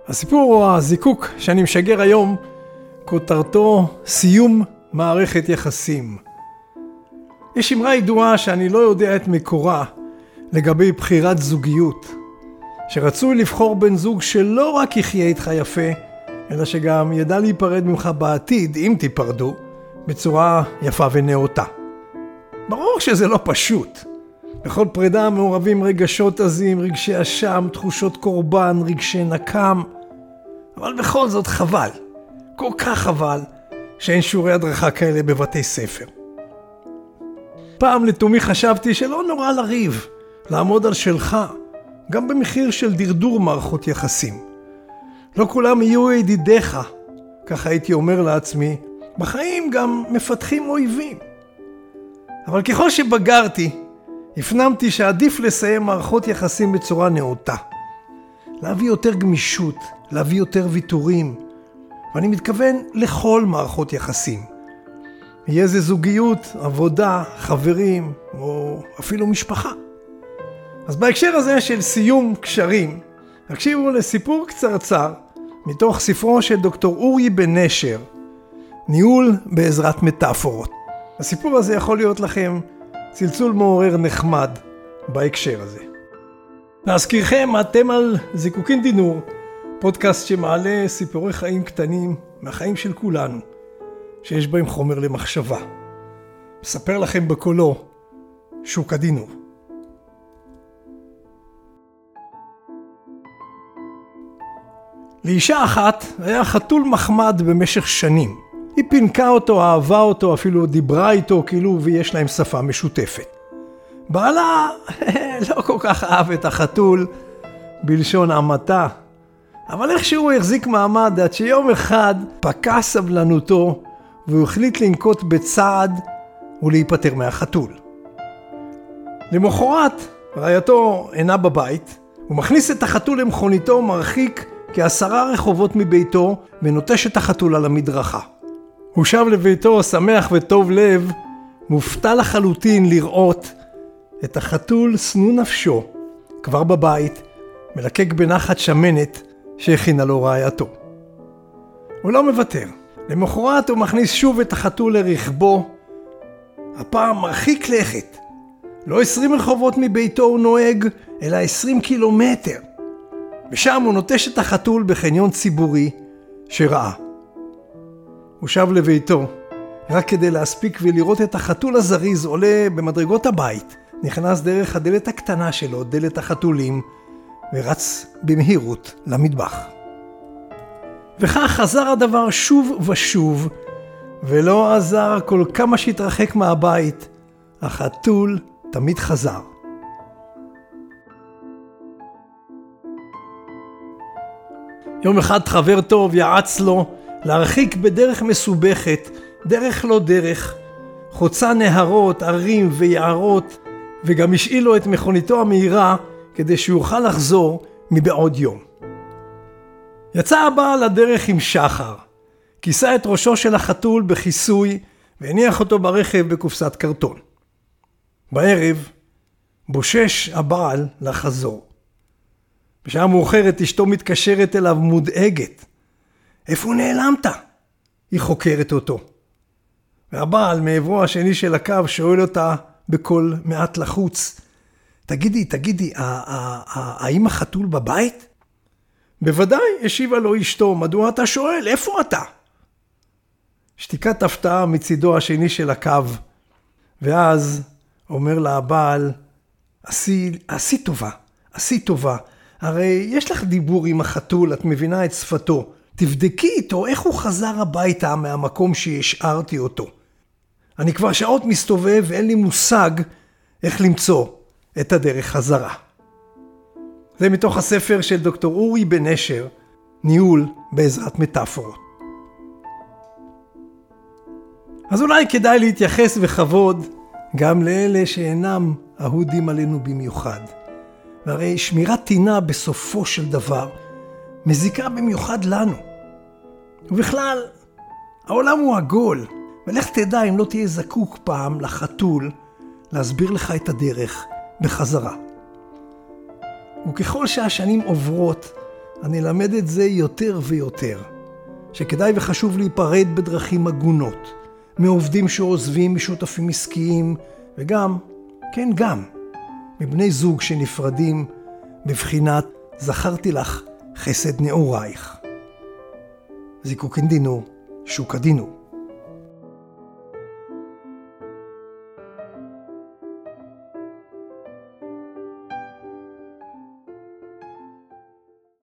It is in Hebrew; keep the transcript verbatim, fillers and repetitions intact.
הסיפור או הזיקוק שאני משגר היום, כותרתו סיום מערכת יחסים. יש אמרה ידועה שאני לא יודע את מקורה לגבי בחירת זוגיות, שרצוי לבחור בן זוג שלא רק יחיה איתך יפה, אלא שגם ידע להיפרד ממך בעתיד, אם תיפרדו, בצורה יפה ונאותה. ברור שזה לא פשוט. בכל פרידה מעורבים רגשות עזים, רגשי אשם, תחושות קורבן, רגשי נקם. אבל בכל זאת חבל, כל כך חבל, שאין שיעורי הדרכה כאלה בבתי ספר. פעם לתומי חשבתי שלא נורא לריב, לעמוד על שלך, גם במחיר של דרדור מערכות יחסים. לא כולם יהיו ידידיך, ככה הייתי אומר לעצמי, בחיים גם מפתחים אויבים. אבל ככל שבגרתי, הפנמתי שעדיף לסיים מערכות יחסים בצורה נאותה. להביא יותר גמישות, להביא יותר ויתורים, ואני מתכוון לכל מערכות יחסים. יהיה זה זוגיות, עבודה, חברים, או אפילו משפחה. אז בהקשר הזה של סיום קשרים, הקשיבו לסיפור קצרצר, מתוך ספרו של דוקטור אורי בן נשר, ניהול בעזרת מטאפורות. הסיפור הזה יכול להיות לכם צלצול מעורר נחמד בהקשר הזה. להזכירכם, אתם על זיקוקין דינור, פודקאסט שמעלה סיפורי חיים קטנים מהחיים של כולנו, שיש בהם חומר למחשבה. מספר לכם בקולו שוק הדינור. לאישה אחת היה חתול מחמד במשך שנים. היא פינקה אותו, אהבה אותו, אפילו דיברה איתו כאילו ויש להם שפה משותפת. בעלה לא כל כך אהב את החתול בלשון המעטה, אבל איכשהו החזיק מעמד עד שיום אחד פקע סבלנותו והוא החליט לנקוט בצעד ולהיפטר מהחתול. למחרת רעייתו אינה בבית, הוא מכניס את החתול למכוניתו, מרחיק כעשרה רחובות מביתו ונוטש את החתול על המדרכה. הוא שב לביתו שמח וטוב לב, מופתע לחלוטין לראות את החתול שנוא נפשו, כבר בבית, מלקק בנחת שמנת שהכינה לו רעייתו. הוא לא מוותר. למחרת הוא מכניס שוב את החתול לרכבו, הפעם מרחיק לכת. לא עשרים רחובות מביתו הוא נוהג, אלא עשרים קילומטר. ושם הוא נוטש את החתול בחניון ציבורי שראה. הוא שב לביתו, רק כדי להספיק ולראות את החתול הזריז עולה במדרגות הבית, נכנס דרך הדלת הקטנה שלו, דלת החתולים, ורץ במהירות למטבח. וכך חזר הדבר שוב ושוב, ולא עזר כל כמה שהתרחק מהבית, החתול תמיד חזר. יום אחד חבר טוב יעץ לו להרחיק בדרך מסובכת, דרך לא דרך, חוצה נהרות, ערים ויערות, וגם השאיל לו את מכוניתו המהירה כדי שיוכל לחזור מבעוד יום. יצא הבעל לדרך עם שחר, כיסה את ראשו של החתול בכיסוי והניח אותו ברכב בקופסת קרטון. בערב בושש הבעל לחזור. בשעה מאוחרת אשתו מתקשרת אליו מודאגת. איפה נעלמת? היא חוקרת אותו. והבעל מעברו השני של הקו שואל אותה בקול מעט לחוץ. תגידי, תגידי, האם החתול בבית? בוודאי, השיבה לו אשתו, מדוע אתה שואל? איפה אתה? שתיקת הפתעה מצידו השני של הקו. ואז אומר לה הבעל, עשי, עשי טובה, עשי טובה. הרי יש לך דיבור עם החתול, את מבינה את שפתו. תבדקי איתו איך הוא חזר הביתה מהמקום שהשארתי אותו. אני כבר שעות מסתובב ואין לי מושג איך למצוא את הדרך חזרה. זה מתוך הספר של דוקטור אורי בן נשר, ניהול בעזרת מטאפורות. אז אולי כדאי להתייחס בכבוד גם לאלה שאינם אהודים עלינו במיוחד. והרי שמירת טינה בסופו של דבר מזיקה במיוחד לנו. ובכלל, העולם הוא עגול, ולך תדע אם לא תהיה זקוק פעם לחתול להסביר לך את הדרך בחזרה. וככל שהשנים עוברות, אני למד את זה יותר ויותר, שכדאי וחשוב להיפרד בדרכים הגונות, מעובדים שעוזבים, משותפים עסקיים, וגם, כן גם, מבני זוג שנפרדים בבחינת זכרתי לך חסד נעורייך. זיקוקין דינו, שוקא דינו.